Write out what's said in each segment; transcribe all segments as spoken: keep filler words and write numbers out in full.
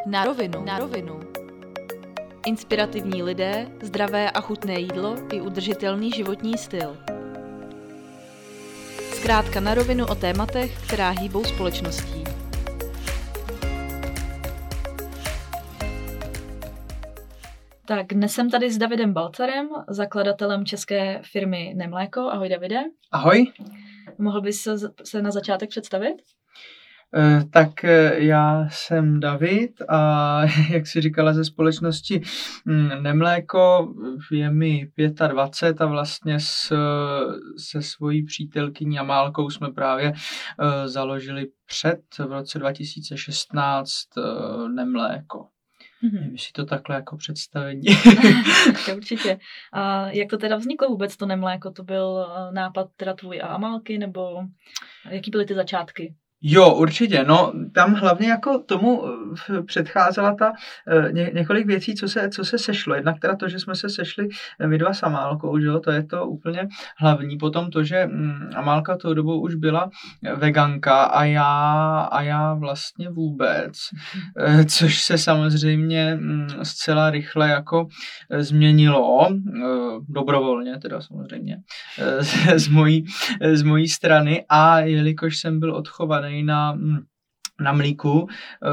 Na rovinu. Na rovinu. Inspirativní lidé, zdravé a chutné jídlo i udržitelný životní styl. Zkrátka na rovinu o tématech, která hýbou společností. Tak dnes jsem tady s Davidem Balcarem, zakladatelem české firmy Nemléko. Ahoj Davide. Ahoj. Mohl bys se, se na začátek představit? Tak já jsem David a jak jsi říkala ze společnosti Nemléko, je mi dvacet pět a vlastně s, se svojí přítelkyní Amálkou jsme právě založili před v roce dva tisíce šestnáct Nemléko. Mm-hmm. Nevím, si to takhle jako představení. Určitě. A jak to teda vzniklo vůbec to Nemléko? To byl nápad teda tvůj a Amálky, nebo jaký byly ty začátky? Jo, určitě. No, tam hlavně jako tomu předcházela ta ně, několik věcí, co se, co se sešlo. Jednak teda to, že jsme se sešli my dva s Amálkou, že jo, to je to úplně hlavní. Potom to, že Amálka tou dobou už byla veganka a já, a já vlastně vůbec. Což se samozřejmě zcela rychle jako změnilo, dobrovolně teda samozřejmě, z mojí, z mojí strany, a jelikož jsem byl odchovaný na, na mlíku uh,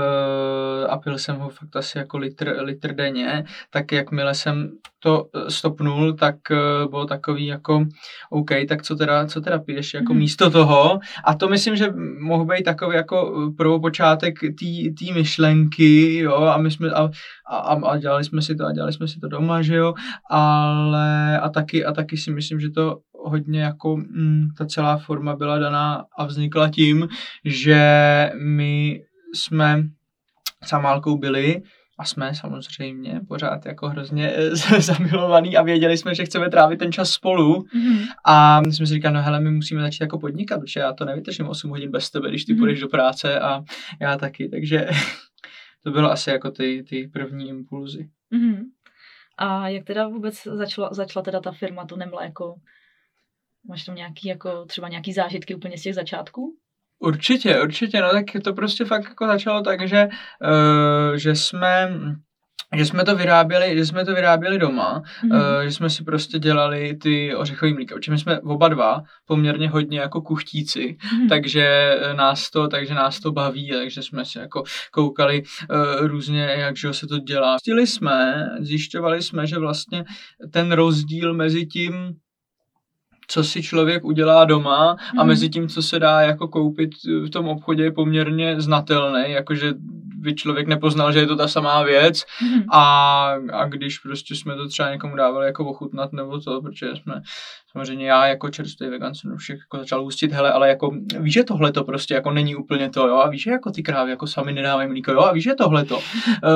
a pil jsem ho fakt asi jako litr, litr denně, tak jakmile jsem to stopnul, tak uh, bylo takový jako OK, tak co teda, co teda piješ jako mm. místo toho, a to myslím, že mohl být takový jako prvopočátek té myšlenky, jo, a my jsme a, a, a dělali jsme si to a dělali jsme si to doma, že jo, ale a taky, a taky si myslím, že to hodně jako mm, ta celá forma byla daná a vznikla tím, že my jsme s Amálkou byli a jsme samozřejmě pořád jako hrozně zamilovaný a věděli jsme, že chceme trávit ten čas spolu. Mm-hmm. A my jsme si říkali, no hele, my musíme začít jako podnikat, protože já to nevydržím osm hodin bez tebe, když ty mm-hmm. půjdeš do práce a já taky, takže to bylo asi jako ty, ty první impulzy. Mm-hmm. A jak teda vůbec začala, začala teda ta firma, to Nemléko? Máš tam nějaký, jako třeba nějaký zážitky úplně z těch začátků? Určitě, určitě, no tak to prostě fakt jako začalo tak, že, uh, že jsme... Že jsme to vyráběli, že jsme to vyráběli doma, mm. uh, že jsme si prostě dělali ty ořechový mlíka, protože my jsme oba dva poměrně hodně jako kuchtíci, mm. takže nás to, takže nás to baví, takže jsme si jako koukali uh, různě, jak že se to dělá. Zjistili jsme, zjišťovali jsme, že vlastně ten rozdíl mezi tím, co si člověk udělá doma a mm. mezi tím, co se dá jako koupit v tom obchodě, je poměrně znatelný, jakože by člověk nepoznal, že je to ta samá věc, mm. a, a když prostě jsme to třeba někomu dávali jako ochutnat nebo to, protože jsme, samozřejmě já jako čerstvý vegan jsem už jako začal hustit, hele, ale jako víš, že tohle to prostě jako není úplně to, jo, a víš, že jako ty krávy jako sami nedávají mlíko, jo, a víš, že tohle to. uh,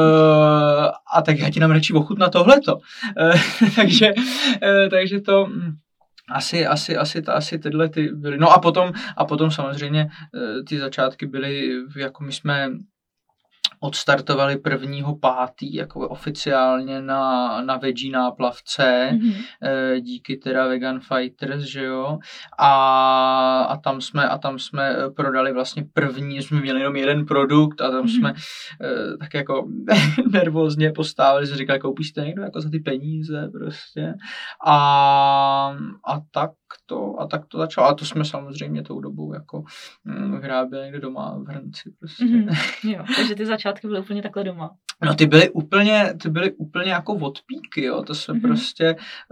a tak já ti nám radši ochutnat tohleto. Uh, takže, uh, takže to... Asi, asi, asi, asi tyhle ty byly. No a potom, a potom samozřejmě ty začátky byly, jako my jsme odstartovali prvního pátý jako oficiálně na, na veggie náplavce, mm-hmm. díky teda Vegan Fighters, že jo, a, a, tam jsme, a tam jsme prodali vlastně první, jsme měli jenom jeden produkt a tam mm-hmm. jsme tak jako nervózně postávali, jsme říkali, koupíš to někdo jako za ty peníze prostě, a, a tak to, a tak to začalo, a to jsme samozřejmě tou dobou jako vyráběli někde doma v hrnci prostě. Mm-hmm. Jo, takže ty začátky byly úplně takhle doma. No ty byly úplně, ty byly úplně jako od píky, jo, to jsme mm-hmm. prostě,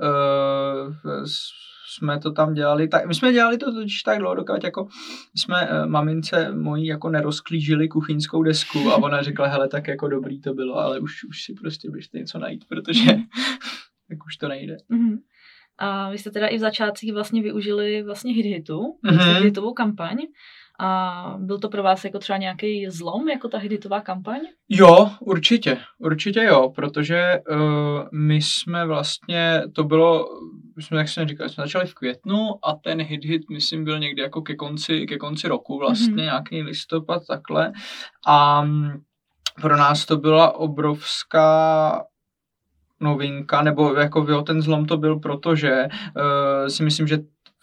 uh, jsme to tam dělali, tak my jsme dělali to totiž tak dlouho, dokud jako jsme uh, mamince mojí jako nerozklížili kuchyňskou desku a ona řekla, hele, tak jako dobrý to bylo, ale už, už si prostě běžte něco najít, protože tak už to nejde. Mm-hmm. A vy jste teda i v začátcích vlastně využili vlastně hit-hitu, mm-hmm. hitovou kampaň. A byl to pro vás jako třeba nějaký zlom, jako ta hitová kampaň? Jo, určitě, určitě jo, protože uh, my jsme vlastně, to bylo, my jsme, jak jsem říkal, jsme začali v květnu a ten hit-hit, myslím, byl někdy jako ke konci, ke konci roku vlastně, mm-hmm. nějaký listopad, takhle. A pro nás to byla obrovská novinka, nebo jako jo, ten zlom to byl, protože uh, si myslím, že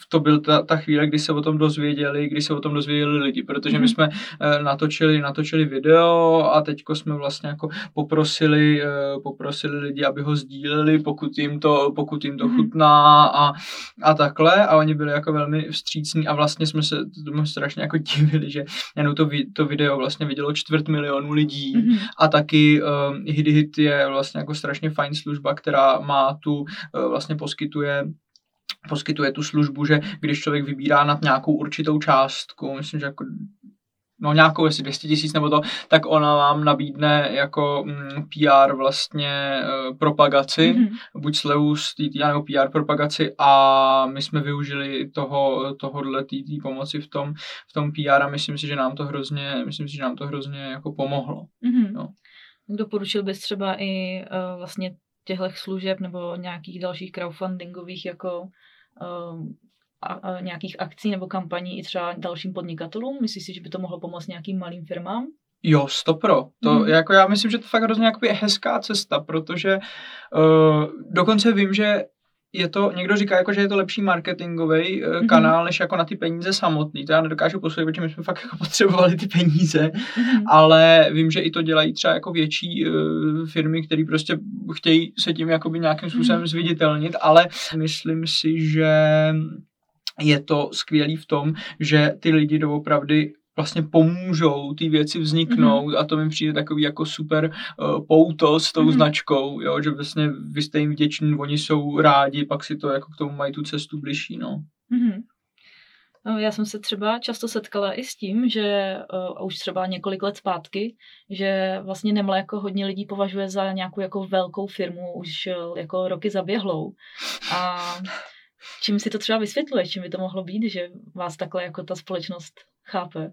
to byl ta, ta chvíle, kdy se o tom dozvěděli, kdy se o tom dozvěděli lidi, protože my jsme uh, natočili, natočili video a teďko jsme vlastně jako poprosili, uh, poprosili lidi, aby ho sdíleli, pokud jim to, pokud jim to chutná a, a takhle a oni byli jako velmi vstřícní a vlastně jsme se tomu strašně jako divili, že jenom to, to video vlastně vidělo čtvrt milionu lidí mm-hmm. a taky uh, Hit Hit je vlastně jako strašně fajn služba, která má tu, uh, vlastně poskytuje poskytuje tu službu, že když člověk vybírá nad nějakou určitou částku, myslím, že jako no nějakou, jestli dvě stě tisíc nebo to, tak ona vám nabídne jako mm, P R vlastně uh, propagaci, mm-hmm. buď slevu z té nebo P R propagaci a my jsme využili toho, tohohle té pomoci v tom, v tom P R a myslím si, že nám to hrozně, myslím si, že nám to hrozně jako pomohlo. Mm-hmm. No. Doporučil bys třeba i uh, vlastně těchto služeb nebo nějakých dalších crowdfundingových jako uh, a, a nějakých akcí nebo kampaní i třeba dalším podnikatelům? Myslíš si, že by to mohlo pomoct nějakým malým firmám? Jo, stopro. To mm. jako já myslím, že to fakt hrozně je hezká cesta, protože uh, dokonce vím, že je to, někdo říká, jako, že je to lepší marketingový uh, kanál, mm. než jako na ty peníze samotný. To já nedokážu posoudit, protože my jsme fakt jako potřebovali ty peníze, mm. ale vím, že i to dělají třeba jako větší uh, firmy, které prostě chtějí se tím jakoby nějakým způsobem mm. zviditelnit, ale myslím si, že je to skvělý v tom, že ty lidi doopravdy vlastně pomůžou ty věci vzniknout mm-hmm. a to mi přijde takový jako super uh, pouto s tou mm-hmm. značkou, jo, že vlastně vy jste jim vděční, oni jsou rádi, pak si to jako k tomu mají tu cestu bližší, no. Mm-hmm. Já jsem se třeba často setkala i s tím, že uh, už třeba několik let zpátky, že vlastně Nemléko hodně lidí považuje za nějakou jako velkou firmu, už uh, jako roky zaběhlou a čím si to třeba vysvětluješ, čím by to mohlo být, že vás takhle jako ta společnost chápe?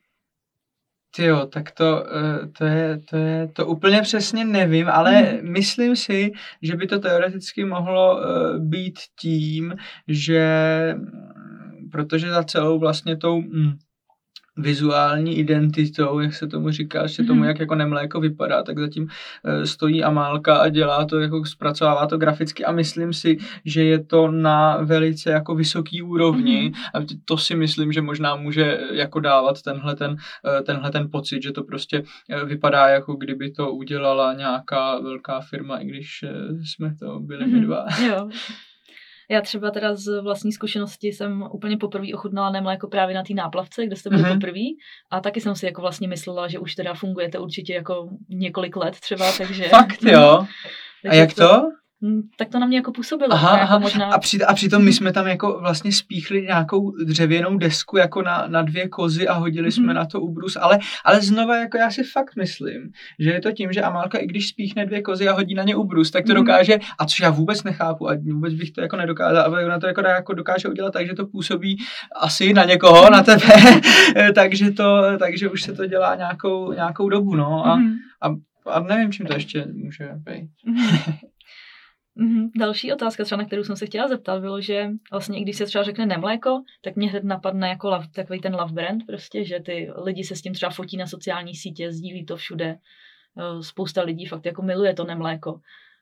Tyjo, tak to, to, je, to, je, to úplně přesně nevím, ale mm. myslím si, že by to teoreticky mohlo být tím, že protože za celou vlastně tou mm, vizuální identitou, jak se tomu říká, že tomu, jak jako Nemléko vypadá, tak zatím uh, stojí Amálka a dělá to, jako zpracovává to graficky a myslím si, že je to na velice jako vysoký úrovni mm-hmm. a to si myslím, že možná může jako dávat tenhle ten, uh, tenhle ten pocit, že to prostě uh, vypadá, jako kdyby to udělala nějaká velká firma, i když uh, jsme to byli my dva. Jo. Já třeba teda z vlastní zkušenosti jsem úplně poprvé ochutnala Nemléko právě na té náplavce, kde jste byli mm-hmm. poprvé a taky jsem si jako vlastně myslela, že už teda fungujete určitě jako několik let třeba, takže... Fakt jo? A jak to? to? Tak to na mě jako působilo. Aha, jako aha. Možná... A, při, a přitom my jsme tam jako vlastně spíchli nějakou dřevěnou desku jako na, na dvě kozy a hodili mm-hmm. jsme na to ubrus, ale, ale znova jako já si fakt myslím, že je to tím, že Amálka i když spíchne dvě kozy a hodí na ně ubrus, tak to mm-hmm. dokáže, a což já vůbec nechápu a vůbec bych to jako nedokázal, ale ona to jako, jako dokáže udělat tak, že to působí asi na někoho, na tebe, takže to, takže už se to dělá nějakou, nějakou dobu, no a, mm-hmm. a, a nevím, čím to ještě může být. Mm-hmm. Mm-hmm. Další otázka, třeba na kterou jsem se chtěla zeptat, bylo, že vlastně i když se třeba řekne Nemléko, tak mě hned napadne jako love, takový ten love brand, prostě, že ty lidi se s tím třeba fotí na sociální sítě, sdílí to všude. Spousta lidí fakt jako miluje to Nemléko.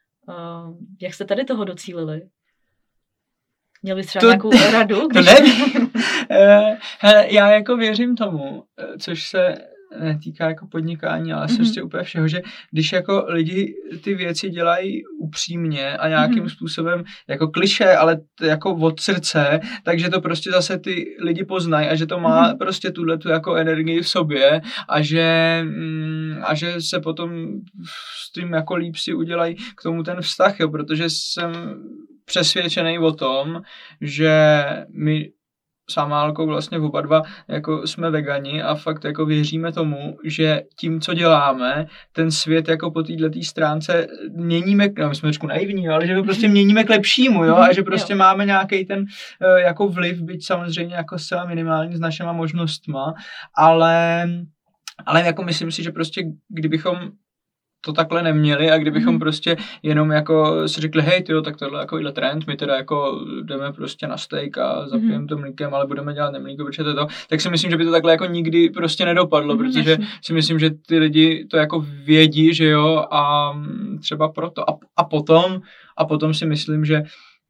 Jak jste tady toho docílili? Měl bys třeba to, nějakou radu? Když... To nevím. Hele, já jako věřím tomu, což se netýká jako podnikání, ale mm-hmm. prostě úplně všeho, že když jako lidi ty věci dělají upřímně a nějakým mm-hmm. způsobem jako klišé, ale t- jako od srdce, takže to prostě zase ty lidi poznají a že to má mm-hmm. prostě tuhletu jako energii v sobě a že, mm, a že se potom s tím jako líp si udělají k tomu ten vztah, jo, protože jsem přesvědčený o tom, že my s Amálkou vlastně oba dva jako jsme vegani a fakt jako věříme tomu, že tím, co děláme, ten svět jako po této stránce měníme, no my jsme trošku naivní, ale že to prostě měníme k lepšímu, jo, a že prostě máme nějaký ten jako vliv, byť samozřejmě jako zcela minimální s našima možnostma, ale, ale jako myslím si, že prostě kdybychom to takhle neměli a kdybychom mm. prostě jenom jako si řekli, hej, tyjo, tak tohle je jako trend, my teda jako jdeme prostě na steak a zapijeme mm. to mlíkem, ale budeme dělat nemlíko, protože to, tak si myslím, že by to takhle jako nikdy prostě nedopadlo, mm, protože jasný. Si myslím, že ty lidi to jako vědí, že jo, a třeba proto. A, a potom, a potom si myslím, že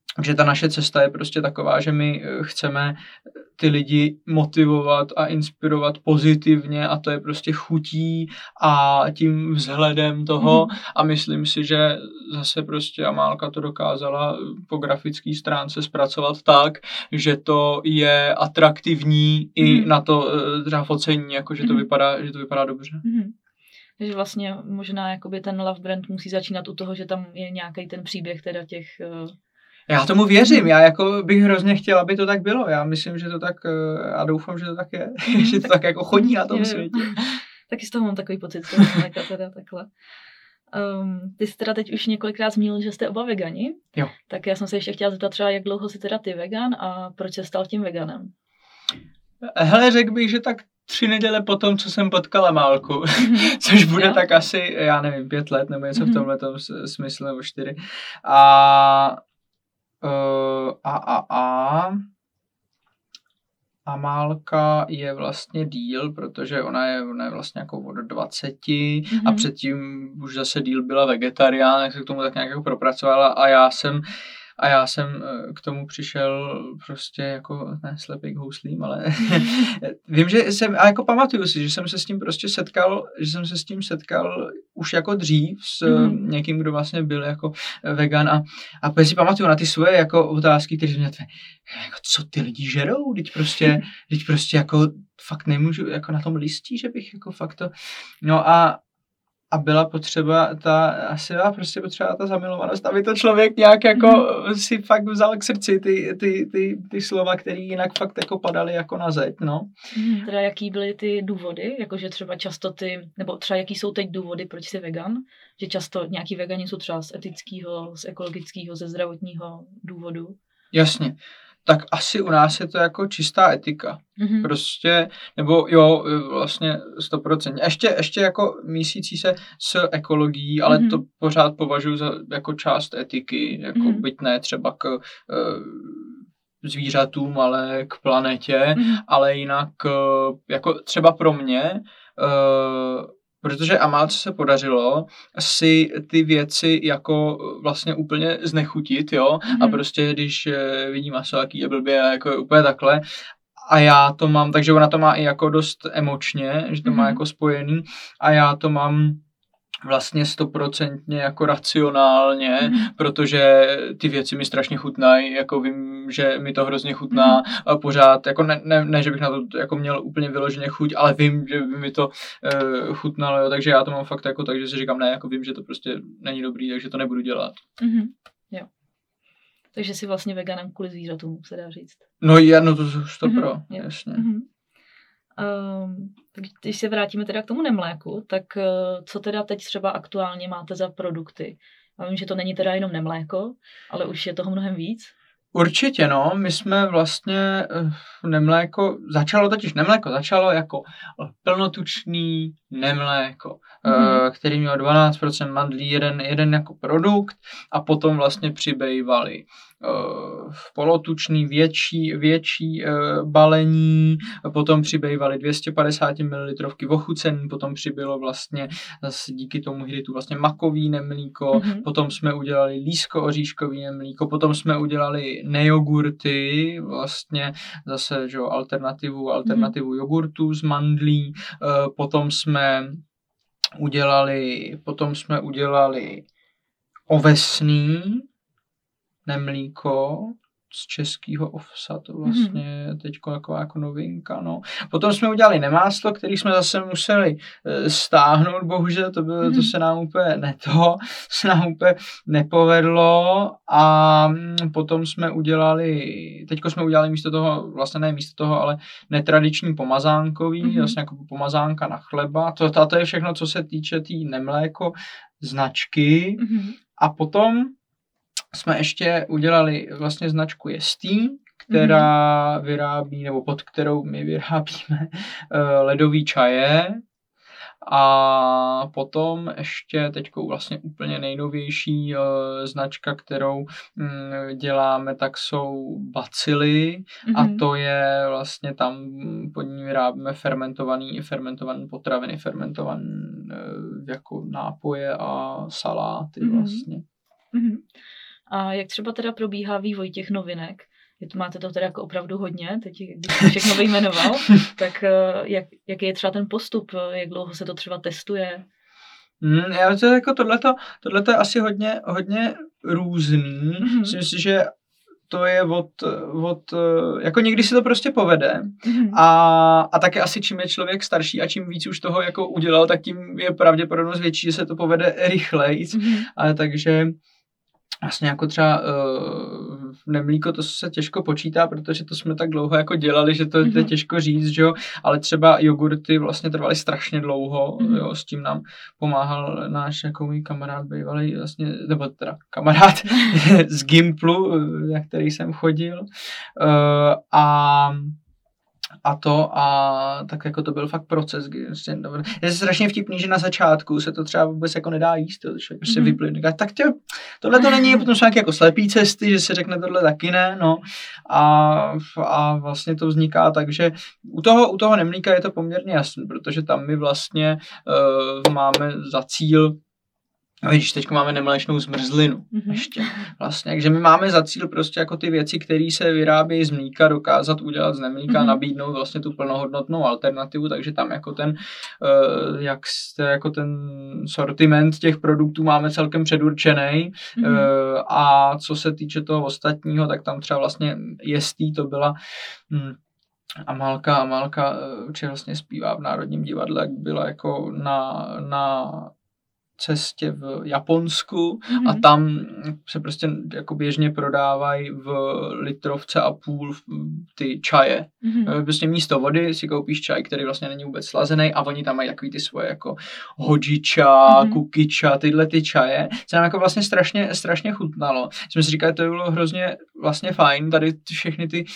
že ta naše cesta je prostě taková, že my chceme ty lidi motivovat a inspirovat pozitivně a to je prostě chutí a tím vzhledem toho mm. a myslím si, že zase prostě Amálka to dokázala po grafické stránce zpracovat tak, že to je atraktivní mm. i na to třeba focení, jako že to, mm. vypadá, že to vypadá dobře. Mm. Takže vlastně možná jakoby ten love brand musí začínat u toho, že tam je nějaký ten příběh teda těch... Já tomu věřím, já jako bych hrozně chtěla, aby to tak bylo. Já myslím, že to tak, a doufám, že to tak je, že to tak jako chodí na tom světě. Taky z toho mám takový pocit, že to teda takhle. Um, ty jsi teda teď už několikrát zmínil, že jste oba vegani. Jo. Tak já jsem se ještě chtěla zeptat třeba, jak dlouho jsi teda ty vegan a proč jsi stal tím veganem? Hele, řekl bych, že tak tři neděle potom, co jsem potkala Amálku, mm-hmm. což bude jo. tak asi, já nevím, pět let nebo něco mm-hmm. v tomhletom smyslu, nebo čtyři. A Uh, a, a, a Amálka je vlastně díl, protože ona je, ona je vlastně jako od dvaceti mm-hmm. a předtím už zase díl byla vegetarián, tak se k tomu tak nějak jako propracovala a já jsem A já jsem k tomu přišel prostě jako, ne slepý k houslím, ale vím, že jsem, a jako pamatuju si, že jsem se s tím prostě setkal, že jsem se s tím setkal už jako dřív s mm. někým, kdo vlastně byl jako vegan a, a protože si pamatuju na ty svoje jako otázky, které mě tvé, jako co ty lidi žerou, teď prostě, teď prostě jako fakt nemůžu, jako na tom listí, že bych jako fakt to, no a A byla potřeba ta, asi byla prostě potřeba ta zamilovanost, aby to člověk nějak jako mm. si fakt vzal k srdci ty, ty, ty, ty slova, které jinak fakt jako padaly jako na zeď, no. Mm. Teda jaký byly ty důvody, jakože třeba často ty, nebo třeba jaký jsou teď důvody, proč jsi vegan, že často nějaký vegani jsou třeba z etického, z ekologického, ze zdravotního důvodu? Jasně. Tak asi u nás je to jako čistá etika. Mm-hmm. Prostě, nebo jo, vlastně sto procent. Ještě, ještě jako mísící se s ekologií, ale mm-hmm. to pořád považuji za jako část etiky, jako mm-hmm. byť ne třeba k uh, zvířatům, ale k planetě, mm-hmm. ale jinak uh, jako třeba pro mě, uh, protože Amálce se podařilo si ty věci jako vlastně úplně znechutit, jo, mm-hmm. a prostě když vidí maso, jaký je blbě, jako úplně takhle, a já to mám, takže ona to má i jako dost emočně, že to mm-hmm. má jako spojený, a já to mám vlastně stoprocentně jako racionálně, mm. protože ty věci mi strašně chutnají, jako vím, že mi to hrozně chutná mm. a pořád, jako ne, ne, ne, že bych na to jako měl úplně vyloženě chuť, ale vím, že by mi to uh, chutnalo, jo, takže já to mám fakt jako tak, že si říkám, ne, jako vím, že to prostě není dobrý, takže to nebudu dělat. Mm-hmm. Jo. Takže jsi vlastně veganem kvůli zvířatům, se dá říct. No je, no to už to mm-hmm. pro, jasně. Mm-hmm. Um, když se vrátíme teda k tomu nemléku, tak uh, co teda teď třeba aktuálně máte za produkty? Já vím, že to není teda jenom nemléko, ale už je toho mnohem víc. Určitě, no. My jsme vlastně uh, nemléko, začalo totiž nemléko, začalo jako plnotučný nemléko, mm-hmm. uh, který měl dvanáct procent mandlí, jeden, jeden jako produkt a potom vlastně přibývaly v polotučný větší, větší uh, balení, potom přibývaly dvě stě padesát mililitrů ochucený, potom přibylo vlastně zase díky tomu hitu vlastně makový nemlíko, mm-hmm. potom jsme udělali lísko-oříškový nemlíko, potom jsme udělali nejogurty, vlastně zase že, alternativu, alternativu mm-hmm. jogurtu z mandlí, uh, potom jsme udělali, potom jsme udělali ovesný nemlíko z českého ovsa, to vlastně mm. teďko jako, jako novinka, no. Potom jsme udělali nemáslo, který jsme zase museli e, stáhnout, bohužel to, bylo, mm. to se nám úplně neto, se nám úplně nepovedlo a potom jsme udělali, teďko jsme udělali místo toho, vlastně ne místo toho, ale netradiční pomazánkový, mm. vlastně jako pomazánka na chleba, to, to je všechno, co se týče té tý nemléko značky mm. a potom jsme ještě udělali vlastně značku Jestý, která mm-hmm. vyrábí, nebo pod kterou my vyrábíme ledový čaje. A potom ještě teďko vlastně úplně nejnovější uh, značka, kterou um, děláme, tak jsou bacily mm-hmm. a to je vlastně tam pod ní vyrábíme fermentovaný, fermentovaný potraviny, fermentovaný uh, jako nápoje a saláty mm-hmm. vlastně. Mm-hmm. A jak třeba teda probíhá vývoj těch novinek? Máte to teda jako opravdu hodně, teď když jste všechno vyjmenoval, tak jak, jaký je třeba ten postup, jak dlouho se to třeba testuje? Hmm, já to jako tohleto, tohleto je asi hodně, hodně různý. Mm-hmm. Myslím si, že to je od, od, jako někdy se to prostě povede mm-hmm. a, a také asi čím je člověk starší a čím víc už toho jako udělal, tak tím je pravděpodobnost větší, že se to povede rychleji. Mm-hmm. Ale takže vlastně jako třeba uh, nemlíko, to se těžko počítá, protože to jsme tak dlouho jako dělali, že to mm-hmm. je těžko říct, že jo, ale třeba jogurty vlastně trvaly strašně dlouho, mm-hmm. jo, s tím nám pomáhal náš jako můj kamarád bývalý vlastně, nebo teda kamarád z Gimplu, na který jsem chodil uh, a a to a tak jako to byl fakt proces. Je strašně vtipný, že na začátku se to třeba vůbec jako nedá jíst, to člověk prostě mm-hmm. vyplyne. Tak tě, tohle to není, potom jsou nějaké jako slepý cesty, že se řekne tohle taky ne, no. A, a vlastně to vzniká tak, že u toho, u toho nemlíka je to poměrně jasné, protože tam my vlastně uh, máme za cíl. No vidíš, teď máme nemléčnou zmrzlinu mm-hmm. ještě vlastně, takže my máme za cíl prostě jako ty věci, které se vyrábějí z mlíka, dokázat udělat z nemlíka, mm-hmm. nabídnout vlastně tu plnohodnotnou alternativu, takže tam jako ten, uh, jak jste, jako ten sortiment těch produktů máme celkem předurčený mm-hmm. uh, a co se týče toho ostatního, tak tam třeba vlastně jestý to byla hm, Amálka, Amálka, určitě vlastně zpívá v Národním divadle, jak byla jako na, na cestě v Japonsku mm-hmm. a tam se prostě jako běžně prodávají v litrovce a půl ty čaje. Mm-hmm. Prostě místo vody si koupíš čaj, který vlastně není vůbec slazený a oni tam mají takový ty svoje jako hojiča, mm-hmm. kukiča, tyhle ty čaje. Se nám jako vlastně strašně, strašně chutnalo. Jsme si říkali, to bylo hrozně vlastně fajn, tady všechny ty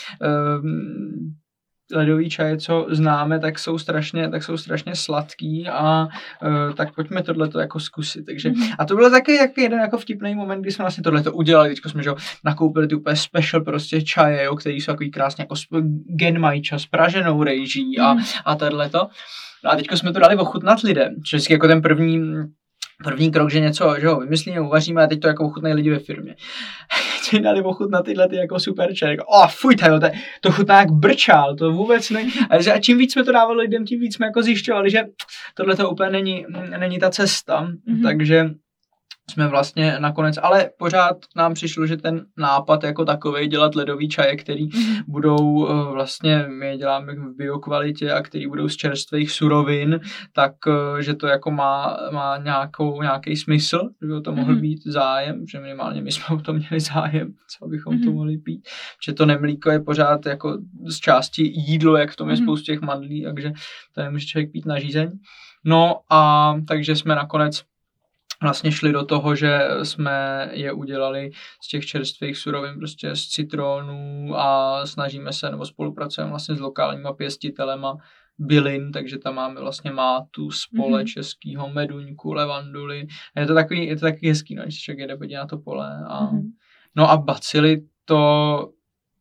um, ledový čaje, co známe, tak jsou strašně, tak jsou strašně sladký a uh, tak pojďme tohleto jako zkusit. Takže, a to bylo taky jak jeden jako vtipný moment, kdy jsme vlastně tohleto udělali. Teďko jsme že, nakoupili ty úplně special prostě čaje, jo, který jsou takový krásně jako genmajča s praženou rejží a, a tohleto. A teďko jsme to dali ochutnat lidem, což je jako ten první První krok, že něco, že jo, vymyslíme, uvaříme a teď to jako ochutnají lidi ve firmě. Teď dali ochutnat tyhle ty jako super čaj. Jako, oh, fuj, to, to chutná jak brčál, to vůbec ne. A čím víc jsme to dávali lidem, tím víc jsme jako zjišťovali, že tohle to úplně není, není ta cesta. Mm-hmm. Takže jsme vlastně nakonec, ale pořád nám přišlo, že ten nápad jako takovej dělat ledový čaje, který mm-hmm. budou vlastně, my je děláme v biokvalitě a který budou z čerstvých surovin, tak že to jako má, má nějakou, nějaký smysl, že by to mohl mm-hmm. být zájem, že minimálně my jsme o tom měli zájem, co bychom mm-hmm. to mohli pít, že to nemlíko je pořád jako z části jídlo, jak v tom je mm-hmm. spoustu těch mandlí, takže to nemůže člověk pít na žízeň. No a takže jsme nakonec vlastně šli do toho, že jsme je udělali z těch čerstvých surovin, prostě z citronů a snažíme se, nebo spolupracujeme vlastně s lokálníma pěstitelema bylin, takže tam máme vlastně mátu, spole, mm-hmm. českýho meduňku, levanduly. A je to takový, je to takový hezký, no, když člověk jde podívat na to pole. A, mm-hmm. No a bacily to...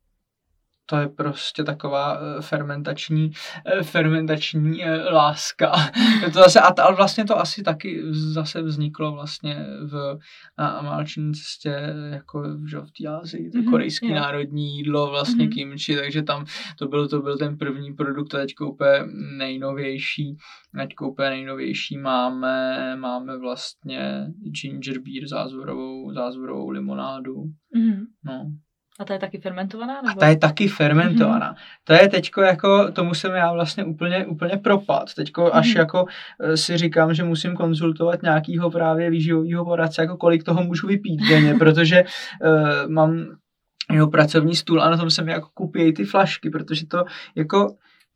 To je prostě taková fermentační, fermentační láska. Je to zase, a vlastně to asi taky zase vzniklo vlastně v Amálčiné cestě, jako v té Asii, to mm-hmm, korejské yeah. národní jídlo, vlastně mm-hmm. kimchi, takže tam to byl, to byl ten první produkt, a teďko úplně nejnovější, teďko úplně nejnovější máme, máme vlastně ginger beer, zázvorovou, zázvorovou limonádu. Mm-hmm. No. A ta je taky fermentovaná? Nebo? A ta je taky fermentovaná. Mm-hmm. To je teďko jako, tomu jsem já vlastně úplně, úplně propad. Teďko mm-hmm. až jako si říkám, že musím konzultovat nějakýho právě výživovýho poradce, jako kolik toho můžu vypít denně, protože uh, mám jeho pracovní stůl a na tom se mi jako kupí ty flašky, protože to jako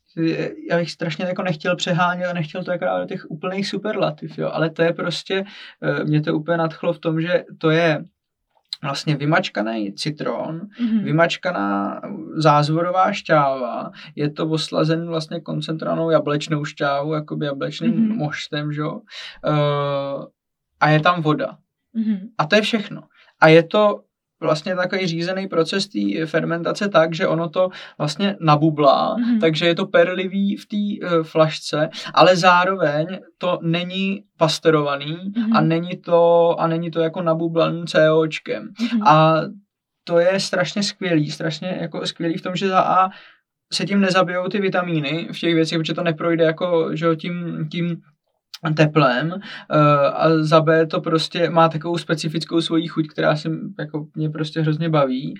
já bych strašně jako nechtěl přehánět a nechtěl to jako do těch úplných superlativ, jo, ale to je prostě, mě to úplně nadchlo v tom, že to je vlastně vymačkaný citron, mm-hmm. vymačkaná zázvorová šťáva, je to oslazený vlastně koncentrovanou jablečnou šťávu, jakoby jablečným mm-hmm. moštem, že jo, uh, a je tam voda. Mm-hmm. A to je všechno. A je to vlastně takový řízený proces té fermentace tak, že ono to vlastně nabublá, mm-hmm. takže je to perlivý v té uh, flašce, ale zároveň to není pasteurovaný mm-hmm. a není to a není to jako nabublaný COčkem. Mm-hmm. A to je strašně skvělý, strašně jako skvělý v tom, že za A se tím nezabijou ty vitamíny v těch věcech, protože to neprojde jako, že jo, tím, tím teplem a za B to prostě má takovou specifickou svoji chuť, která se jako mě prostě hrozně baví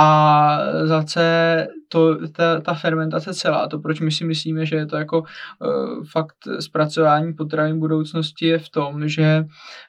a za C to, ta, ta fermentace celá, to proč my si myslíme, že je to jako uh, fakt zpracování potravin budoucnosti je v tom, že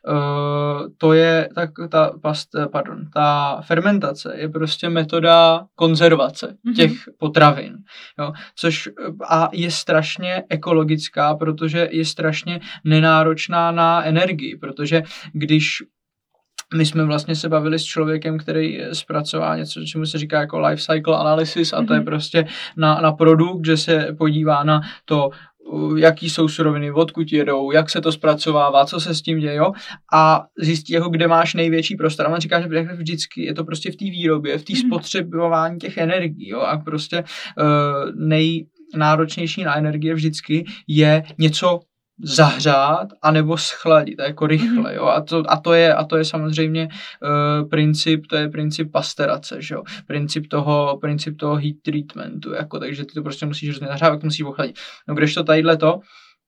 uh, to je tak, ta, past, pardon, ta fermentace je prostě metoda konzervace mm-hmm. těch potravin, jo, což a je strašně ekologická, protože je strašně nenáročná na energii, protože když my jsme vlastně se bavili s člověkem, který zpracová něco, čemu se říká jako life cycle analysis a to je prostě na, na produkt, že se podívá na to, jaký jsou suroviny, odkud jedou, jak se to zpracovává, co se s tím děje, jo? A zjistí, jako, kde máš největší prostor. A on říká, že vždycky je to prostě v té výrobě, v té spotřebování těch energií, jo? A prostě uh, nejnáročnější na energie vždycky je něco zahřát anebo schladit, jako rychle, jo, a to, a to je, a to je samozřejmě uh, princip, to je princip pasterace, že jo, princip toho, princip toho heat treatmentu, jako, takže ty to prostě musíš hrozně zahřávat, musíš ochladit. No, kdežto tadyhle to,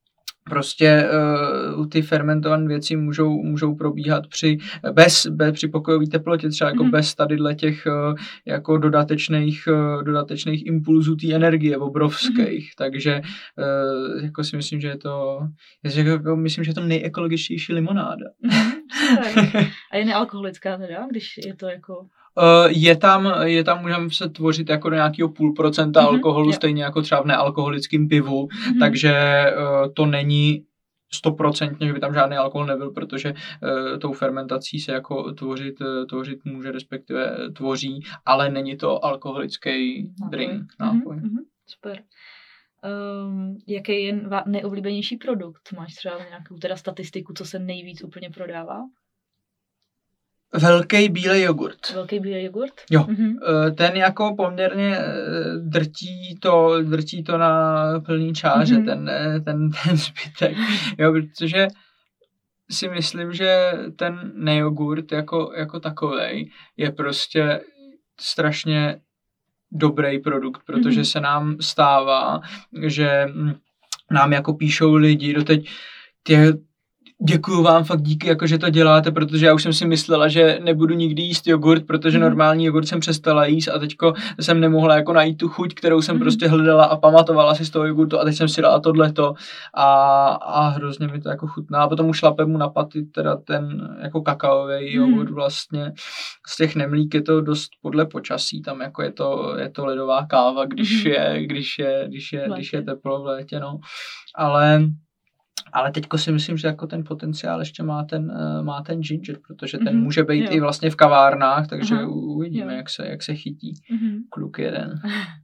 prostě uh, ty fermentované věci můžou, můžou probíhat při, bez, bez, při pokojové teplotě, třeba jako mm. bez tadyhle těch uh, jako dodatečných, uh, dodatečných impulzů té energie obrovských, mm. takže uh, jako si myslím, že je to, jako, myslím, že je to nejekologičtější limonáda. Mm. A je nealkoholická teda, když je to jako... Uh, je tam, je tam, můžeme se tvořit jako do nějakého půl procenta mm-hmm, alkoholu, jo. Stejně jako třeba v nealkoholickém pivu, mm-hmm. takže uh, to není stoprocentně, že by tam žádný alkohol nebyl, protože uh, tou fermentací se jako tvořit, uh, tvořit může, respektive tvoří, ale není to alkoholický nápoj. drink, nápoj. Mm-hmm, super. Um, jaký je nejoblíbenější produkt? Máš třeba nějakou teda statistiku, co se nejvíc úplně prodává? Velký bílej jogurt. Velký bílej jogurt? Jo. Mm-hmm. Ten jako poměrně drtí to, drtí to na plný čáře, mm-hmm. ten, ten, ten zbytek. Jo, protože si myslím, že ten nejogurt jako, jako takovej je prostě strašně dobrý produkt, protože mm-hmm. se nám stává, že nám jako píšou lidi doteď tě děkuju vám, fakt díky, jako, že to děláte, protože já už jsem si myslela, že nebudu nikdy jíst jogurt, protože mm. normální jogurt jsem přestala jíst a teďko jsem nemohla jako najít tu chuť, kterou jsem mm. prostě hledala a pamatovala si z toho jogurtu a teď jsem si dala tohleto a, a hrozně mi to jako chutná. A potom už šlape mu na paty teda ten jako kakaový mm. jogurt vlastně. Z těch nemlík je to dost podle počasí, tam jako je to, je to ledová káva, když mm. je, když je, když je, když je teplo v létě, no. Ale Ale teďko si myslím, že jako ten potenciál ještě má ten, uh, má ten ginger, protože ten mm-hmm, může být jo. i vlastně v kavárnách, takže Aha, uvidíme, jak se, jak se chytí mm-hmm. kluk jeden.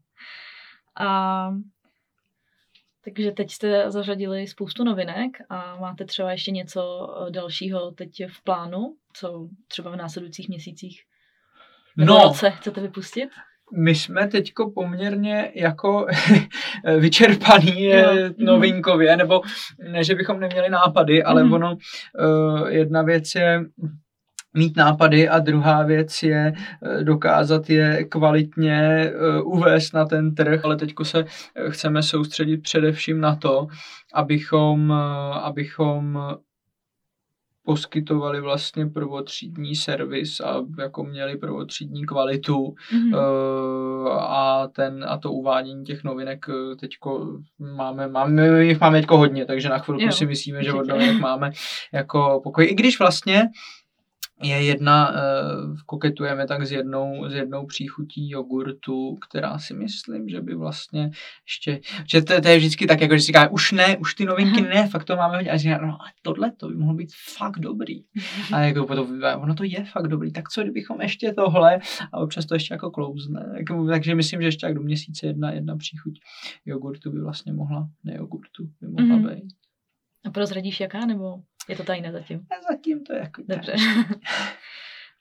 A takže teď jste zařadili spoustu novinek a máte třeba ještě něco dalšího teď v plánu, co třeba v následujících měsících nebo no. roce chcete vypustit? My jsme teďko poměrně jako vyčerpaný jo. novinkově, nebo ne, že bychom neměli nápady, ale mm. ono, uh, jedna věc je mít nápady a druhá věc je dokázat je kvalitně uh, uvést na ten trh, ale teďko se chceme soustředit především na to, abychom, uh, abychom poskytovali vlastně prvotřídní servis a jako měli prvotřídní kvalitu mm-hmm. uh, a ten a to uvádění těch novinek teďko máme, máme, jich máme teďko hodně, takže na chvilku jo, si myslíme, že od novinek máme jako pokoj. I když vlastně je jedna, uh, koketujeme tak s jednou, s jednou příchutí jogurtu, která si myslím, že by vlastně ještě, že to, to je vždycky tak, jako že si říká, už ne, už ty novinky ne, fakt to máme hodně. A říká, no ale tohle to by mohlo být fakt dobrý. A jako to, ono to je fakt dobrý, tak co kdybychom ještě tohle a občas to ještě jako klouzne. Jako, takže myslím, že ještě jak do měsíce jedna, jedna příchuť jogurtu by vlastně mohla, ne jogurtu, by mohla mm-hmm. být. A prozradíš jaká, nebo je to tajné zatím? A zatím to je jako dobře.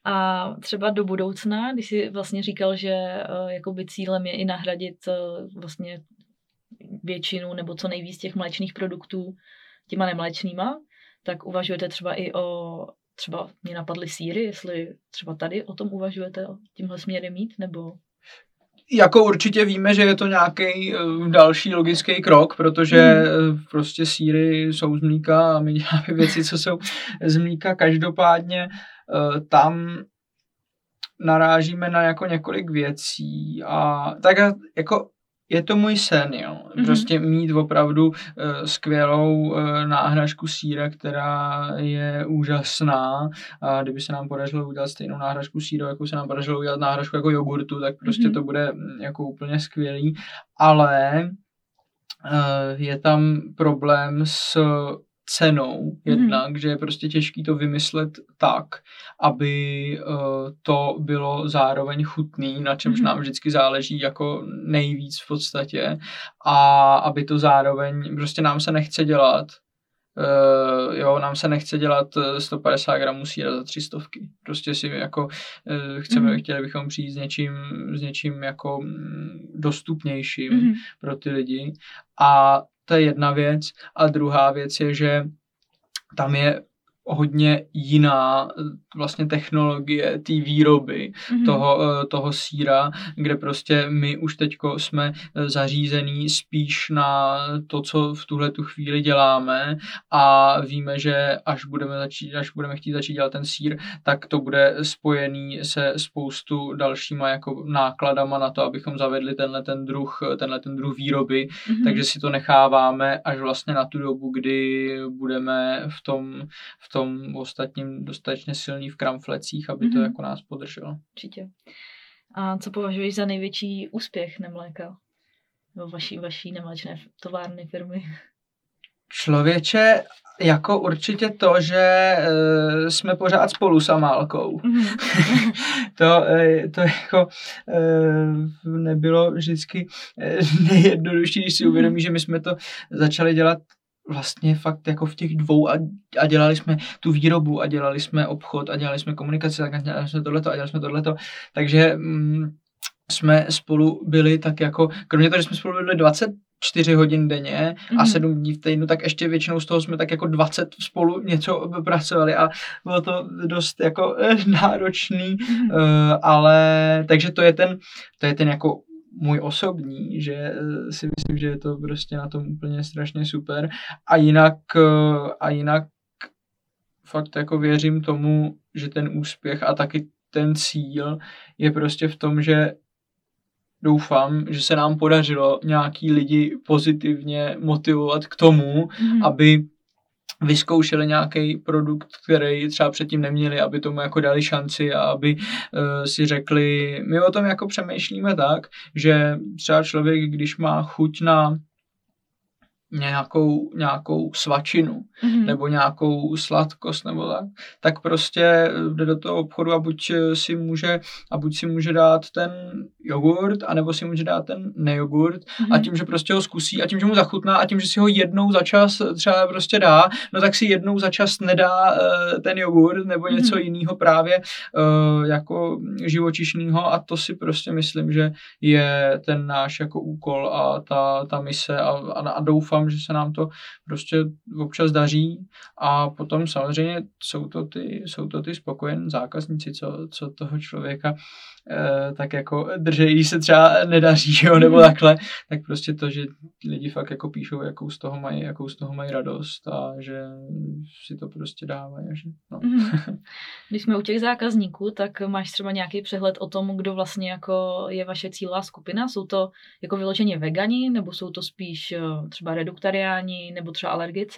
A třeba do budoucna, když jsi vlastně říkal, že uh, jakoby cílem je i nahradit uh, vlastně většinu nebo co nejvíc těch mléčných produktů těma nemléčnýma, tak uvažujete třeba i o, třeba mě napadly sýry, jestli třeba tady o tom uvažujete, o tímhle směrem mít, nebo... Jako určitě víme, že je to nějaký uh, další logický krok, protože uh, prostě sýry jsou z mlíka a my děláme věci, co jsou z mlíka. Každopádně uh, tam narážíme na jako několik věcí a tak jako je to můj sen, jo. Prostě mm-hmm. mít opravdu uh, skvělou uh, náhražku sýra, která je úžasná. A kdyby se nám podařilo udělat stejnou náhražku sýru, jako se nám podařilo udělat náhražku jako jogurtu, tak prostě mm-hmm. to bude jako úplně skvělý. Ale uh, je tam problém s cenou jednak, mm. že je prostě těžký to vymyslet tak, aby uh, to bylo zároveň chutný, na čemž mm. nám vždycky záleží jako nejvíc v podstatě, a aby to zároveň, prostě nám se nechce dělat Uh, jo, nám se nechce dělat sto padesát gramů sýra za tři stovky. Prostě si jako uh, chceme, mm. chtěli bychom přijít s něčím, s něčím jako dostupnějším mm. pro ty lidi. A to je jedna věc. A druhá věc je, že tam je hodně jiná vlastně technologie té výroby mm-hmm. toho, toho sýra, kde prostě my už teďko jsme zařízení spíš na to, co v tuhle tu chvíli děláme, a víme, že až budeme, začít, až budeme chtít začít dělat ten sýr, tak to bude spojený se spoustu dalšíma jako nákladama na to, abychom zavedli tenhle ten druh, tenhle ten druh výroby, mm-hmm. takže si to necháváme až vlastně na tu dobu, kdy budeme v tom, v tom ostatním dostatečně silný v kramflecích, aby mm-hmm. to jako nás podrželo. Určitě. A co považuješ za největší úspěch Nemléka? Nebo vaší, vaší nemléčné továrny, firmy? Člověče, jako určitě to, že uh, jsme pořád spolu s Amálkou. Mm-hmm. to, uh, to jako uh, nebylo vždycky uh, nejjednodušší, když si uvědomí, že my jsme to začali dělat vlastně fakt jako v těch dvou a, a dělali jsme tu výrobu a dělali jsme obchod a dělali jsme komunikaci a dělali jsme tohleto a dělali jsme tohleto. Takže mm, jsme spolu byli tak jako, kromě toho, že jsme spolu byli dvacet čtyři hodin denně mm-hmm. a sedm dní v týdnu, tak ještě většinou z toho jsme tak jako dvacet spolu něco pracovali a bylo to dost jako náročný, mm-hmm. uh, ale takže to je ten, to je ten jako můj osobní, že si myslím, že je to prostě na tom úplně strašně super. A jinak, a jinak fakt jako věřím tomu, že ten úspěch a taky ten cíl je prostě v tom, že doufám, že se nám podařilo nějaký lidi pozitivně motivovat k tomu, mm. aby vyzkoušeli nějaký produkt, který třeba předtím neměli, aby tomu jako dali šanci a aby uh, si řekli, my o tom jako přemýšlíme tak, že třeba člověk, když má chuť na nějakou, nějakou svačinu mm-hmm. nebo nějakou sladkost nebo tak, tak prostě jde do toho obchodu a buď si může, a buď si může dát ten jogurt, anebo si může dát ten nejogurt mm-hmm. a tím, že prostě ho zkusí a tím, že mu zachutná a tím, že si ho jednou za čas třeba prostě dá, no tak si jednou za čas nedá uh, ten jogurt nebo mm-hmm. něco jiného právě uh, jako živočišného, a to si prostě myslím, že je ten náš jako úkol a ta, ta mise a, a, a doufám, že se nám to prostě občas daří, a potom samozřejmě jsou to ty, jsou to ty spokojení zákazníci, co, co toho člověka eh, tak jako drží, když se třeba nedaří, jo, nebo takhle, tak prostě to, že lidi fakt jako píšou, jakou z toho mají, jakou z toho mají radost a že si to prostě dávají. Že, no. Když jsme u těch zákazníků, tak máš třeba nějaký přehled o tom, kdo vlastně jako je vaše cílová skupina? Jsou to jako vyloženě vegani, nebo jsou to spíš třeba reduktariáni, nebo třeba alergici?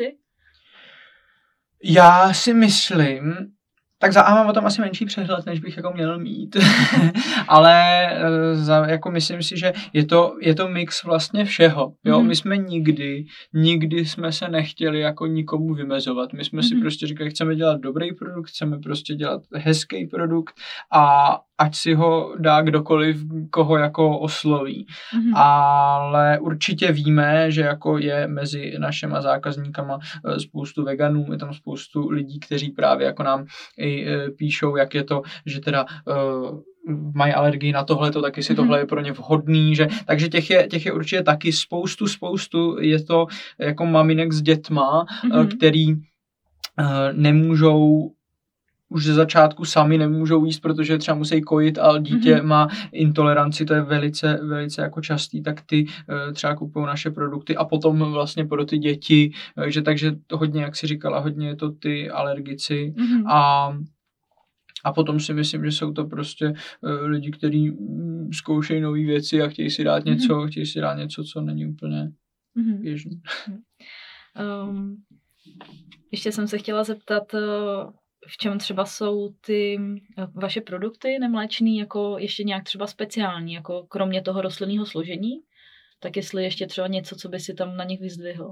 Já si myslím, tak za A mám o tom asi menší přehled, než bych jako měl mít, ale za, jako myslím si, že je to, je to mix vlastně všeho, jo, mm-hmm. my jsme nikdy, nikdy jsme se nechtěli jako nikomu vymezovat, my jsme mm-hmm. si prostě říkali, chceme dělat dobrý produkt, chceme prostě dělat hezký produkt a ať si ho dá kdokoliv, koho jako osloví. Mm-hmm. Ale určitě víme, že jako je mezi našima zákazníkama spoustu veganů, je tam spoustu lidí, kteří právě jako nám i píšou, jak je to, že teda uh, mají alergii na tohleto, tak jestli mm-hmm. tohle je pro ně vhodný, že, takže těch je, těch je určitě taky spoustu, spoustu, je to jako maminek s dětma, mm-hmm. který uh, nemůžou už ze začátku sami nemůžou jíst, protože třeba musí kojit, ale dítě mm-hmm. má intoleranci, to je velice, velice jako častý, tak ty uh, třeba kupují naše produkty a potom vlastně pro ty děti, uh, že takže hodně, jak jsi říkala, hodně je to ty alergici mm-hmm. a A potom si myslím, že jsou to prostě uh, lidi, kteří mm, zkoušejí nové věci a chtějí si dát mm-hmm. něco, chtějí si dát něco, co není úplně mm-hmm. běžný. Um, ještě jsem se chtěla zeptat, uh, v čem třeba jsou ty uh, vaše produkty nemléčný jako ještě nějak třeba speciální, jako kromě toho rostlinného složení, tak jestli ještě třeba něco, co by si tam na nich vyzdvihl?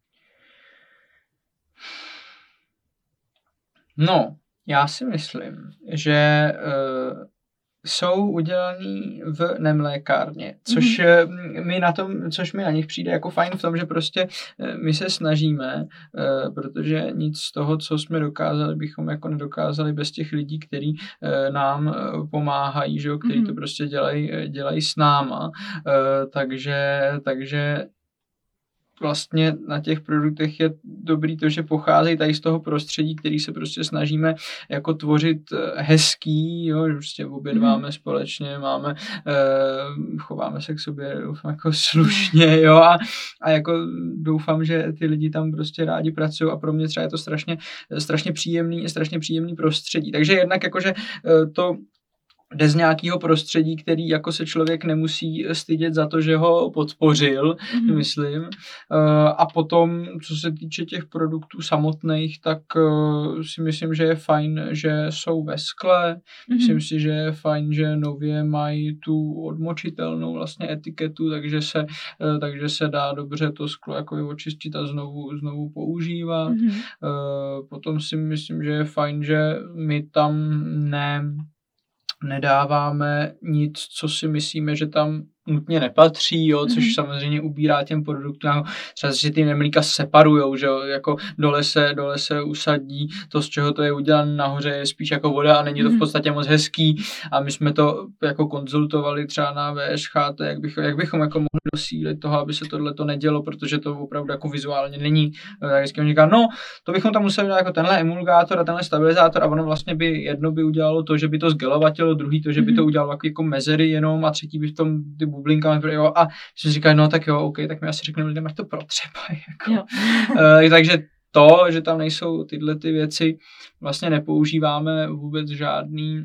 No, já si myslím, že uh, jsou udělaný v nemlékárně, což mm-hmm. mi na tom, což mi na nich přijde jako fajn v tom, že prostě my se snažíme, uh, protože nic z toho, co jsme dokázali, bychom jako nedokázali bez těch lidí, kteří uh, nám uh, pomáhají, že jo, kteří mm-hmm. to prostě dělají, dělají s náma, uh, takže, takže vlastně na těch produktech je dobrý to, že pocházejí tady z toho prostředí, který se prostě snažíme jako tvořit hezký, jo, že prostě obědváme mm. společně, máme, uh, chováme se k sobě doufám, jako slušně, jo, a, a jako doufám, že ty lidi tam prostě rádi pracují a pro mě třeba je to strašně, strašně příjemný, strašně příjemný prostředí. Takže jednak jakože uh, to jde z nějakého prostředí, který jako se člověk nemusí stydět za to, že ho podpořil, mm-hmm. myslím. A potom, co se týče těch produktů samotných, tak si myslím, že je fajn, že jsou ve skle. Mm-hmm. Myslím si, že je fajn, že nově mají tu odmočitelnou vlastně etiketu, takže se, takže se dá dobře to sklo jako očistit a znovu, znovu používat. Mm-hmm. Potom si myslím, že je fajn, že my tam ne nedáváme nic, co si myslíme, že tam nutně nepatří, jo, což mm. samozřejmě ubírá těm produktům. Třeba si ty nemlíka separujou, že jo, jako dole se, dole se usadí, to, z čeho to je udělané, nahoře je spíš jako voda a není to v podstatě moc hezký a my jsme to jako konzultovali třeba na V Š H T, jak, bych, jak bychom jako mohli dosílit toho, aby se tohle to nedělo, protože to opravdu jako vizuálně není. Tak vždycky on říká, no, to bychom tam museli dát jako tenhle emulgátor a tenhle stabilizátor a ono vlastně by jedno by udělalo to, že by to zgelovatilo, druhý to, že by to udělalo jako, jako mezery jenom a třetí by v tom ty bublinkami, jo, a jsem říkal, no tak jo, OK, tak mi asi řekneme lidem, ať to protřepají. Jako. uh, takže to, že tam nejsou tyhle ty věci, vlastně nepoužíváme vůbec žádný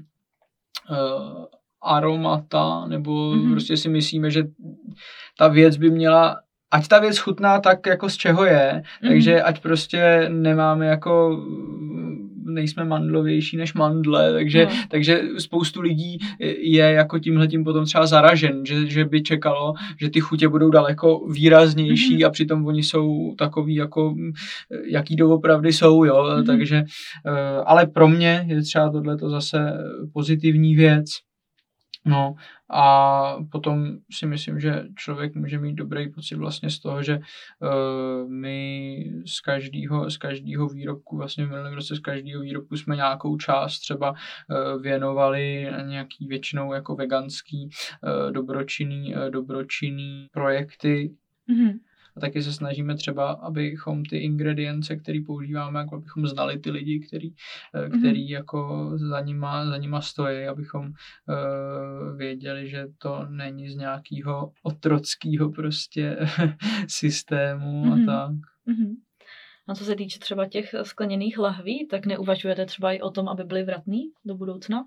uh, aromata, nebo mm-hmm. prostě si myslíme, že ta věc by měla, ať ta věc chutná tak, jako z čeho je, mm-hmm. takže ať prostě nemáme jako nejsme mandlovější než mandle, takže, no. takže spoustu lidí je jako tímhletím potom třeba zaražen, že, že by čekalo, že ty chutě budou daleko výraznější mm-hmm. a přitom oni jsou takový jako, jaký doopravdy jsou, jo, mm-hmm. takže, ale pro mě je třeba tohleto zase pozitivní věc. No a potom si myslím, že člověk může mít dobrý pocit vlastně z toho, že uh, my z každého z každého výrobku, vlastně v minulém roce z každého výrobku jsme nějakou část třeba uh, věnovali na nějaký většinou jako veganský uh, dobročinný, uh, dobročinný projekty. Mm-hmm. A taky se snažíme třeba, abychom ty ingredience, které používáme, jako abychom znali ty lidi, který, který mm-hmm. jako za nima, za nima stojí, abychom uh, věděli, že to není z nějakého otrockého prostě systému mm-hmm. a tak. Mm-hmm. A co se týče třeba těch skleněných lahví, tak neuvažujete třeba i o tom, aby byly vratný do budoucna?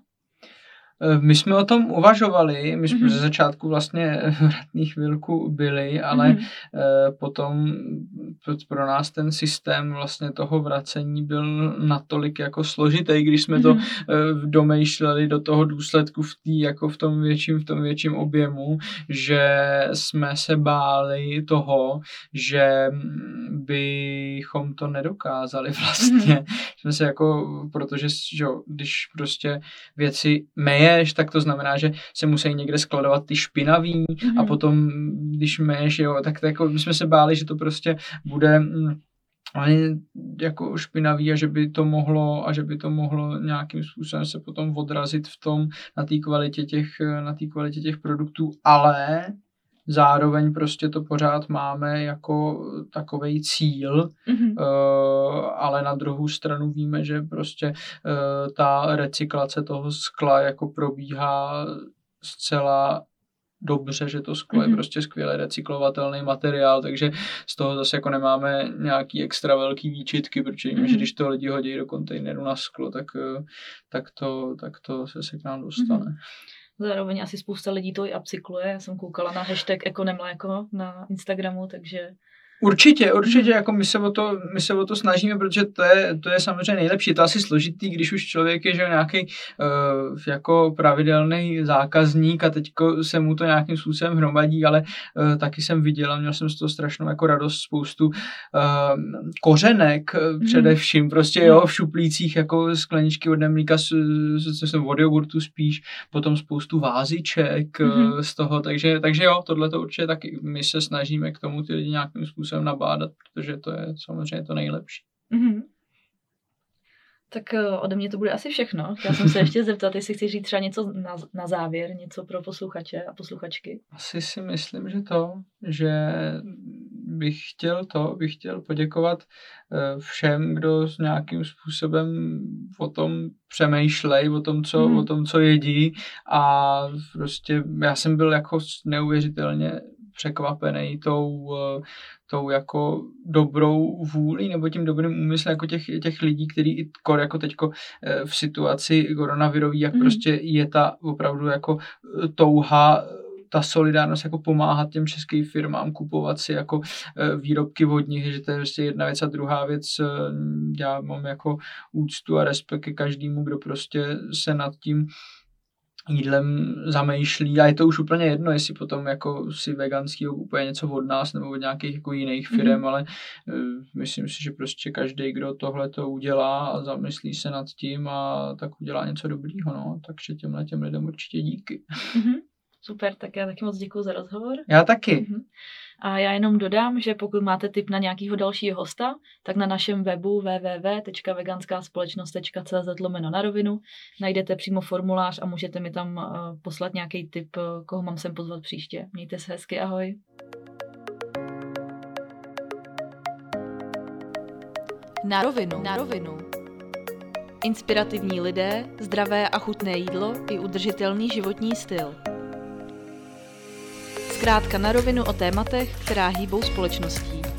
My jsme o tom uvažovali, my jsme mm-hmm. ze začátku vlastně vratný chvilku byli, ale mm-hmm. potom pro nás ten systém vlastně toho vracení byl natolik jako složitý, když jsme mm-hmm. to domýšleli do toho důsledku v tý, jako v tom větším, v tom větším objemu, že jsme se báli toho, že bychom to nedokázali vlastně. Mm. Jsme se jako, protože že, když prostě věci meješ, tak to znamená, že se musí někde skladovat ty špinaví mm. a potom, když meješ, jo, tak to jako, my jsme se báli, že to prostě bude ale jako špinavý a že by to mohlo a že by to mohlo nějakým způsobem se potom odrazit v tom na té kvalitě těch, na té kvalitě těch produktů, ale zároveň prostě to pořád máme jako takovej cíl, mm-hmm. uh, ale na druhou stranu víme, že prostě uh, ta recyklace toho skla jako probíhá zcela dobře, že to sklo mm-hmm. je prostě skvěle recyklovatelný materiál, takže z toho zase jako nemáme nějaký extra velký výčitky, protože víme, mm-hmm. že když to lidi hodí do kontejneru na sklo, tak, tak, to, tak to se, se k nám dostane. Mm-hmm. Zároveň asi spousta lidí to i upcykluje. Já jsem koukala na hashtag ekonemléko na Instagramu, takže Určitě, určitě, jako my se o to, my se o to snažíme, protože to je, to je samozřejmě nejlepší. Je to asi složitý, když už člověk je, že nějaký uh, jako pravidelný zákazník a teďko se mu to nějakým způsobem hromadí, ale uh, taky jsem viděl a měl jsem z toho strašnou jako radost, spoustu uh, kořenek mm. především, prostě jo, v šuplících jako skleničky od nemlíka, s, s, s, od jogurtu spíš, potom spoustu váziček mm. uh, z toho, takže, takže jo, tohle to určitě taky my se snažíme k tomu ty lidi nějakým způsobem sem nabádat, protože to je samozřejmě to nejlepší. Mm-hmm. Tak ode mě to bude asi všechno. Já jsem se ještě zeptat, jestli chci říct třeba něco na, na závěr, něco pro posluchače a posluchačky. Asi si myslím, že to, že bych chtěl to, bych chtěl poděkovat všem, kdo s nějakým způsobem o tom přemýšlej, o tom, co, mm. o tom, co jedí a prostě já jsem byl jako neuvěřitelně překvapený tou, tou jako dobrou vůlí nebo tím dobrým úmyslem jako těch, těch lidí, kteří i kor jako teďko v situaci koronavirový, jak mm. prostě je ta opravdu jako touha, ta solidárnost jako pomáhat těm českým firmám, kupovat si jako výrobky od nich, že to je prostě jedna věc a druhá věc, já mám jako úctu a respekt ke každému, kdo prostě se nad tím jídlem zamýšlí a je to už úplně jedno, jestli potom jako si veganský úplně něco od nás nebo od nějakých jako jiných firem, mm-hmm. ale uh, myslím si, že prostě každý, kdo tohle to udělá a zamyslí se nad tím a tak udělá něco dobrýho, no, takže těmhle těm lidem určitě díky. Mm-hmm. Super, tak já taky moc děkuju za rozhovor. Já taky. Mm-hmm. A já jenom dodám, že pokud máte tip na nějakého dalšího hosta, tak na našem webu w w w tečka veganská společnost tečka c z lomeno na rovinu najdete přímo formulář a můžete mi tam uh, poslat nějaký tip, uh, koho mám sem pozvat příště. Mějte se hezky, ahoj. Na rovinu. Na rovinu. Inspirativní lidé, zdravé a chutné jídlo i udržitelný životní styl. Zkrátka na rovinu o tématech, která hýbou společností.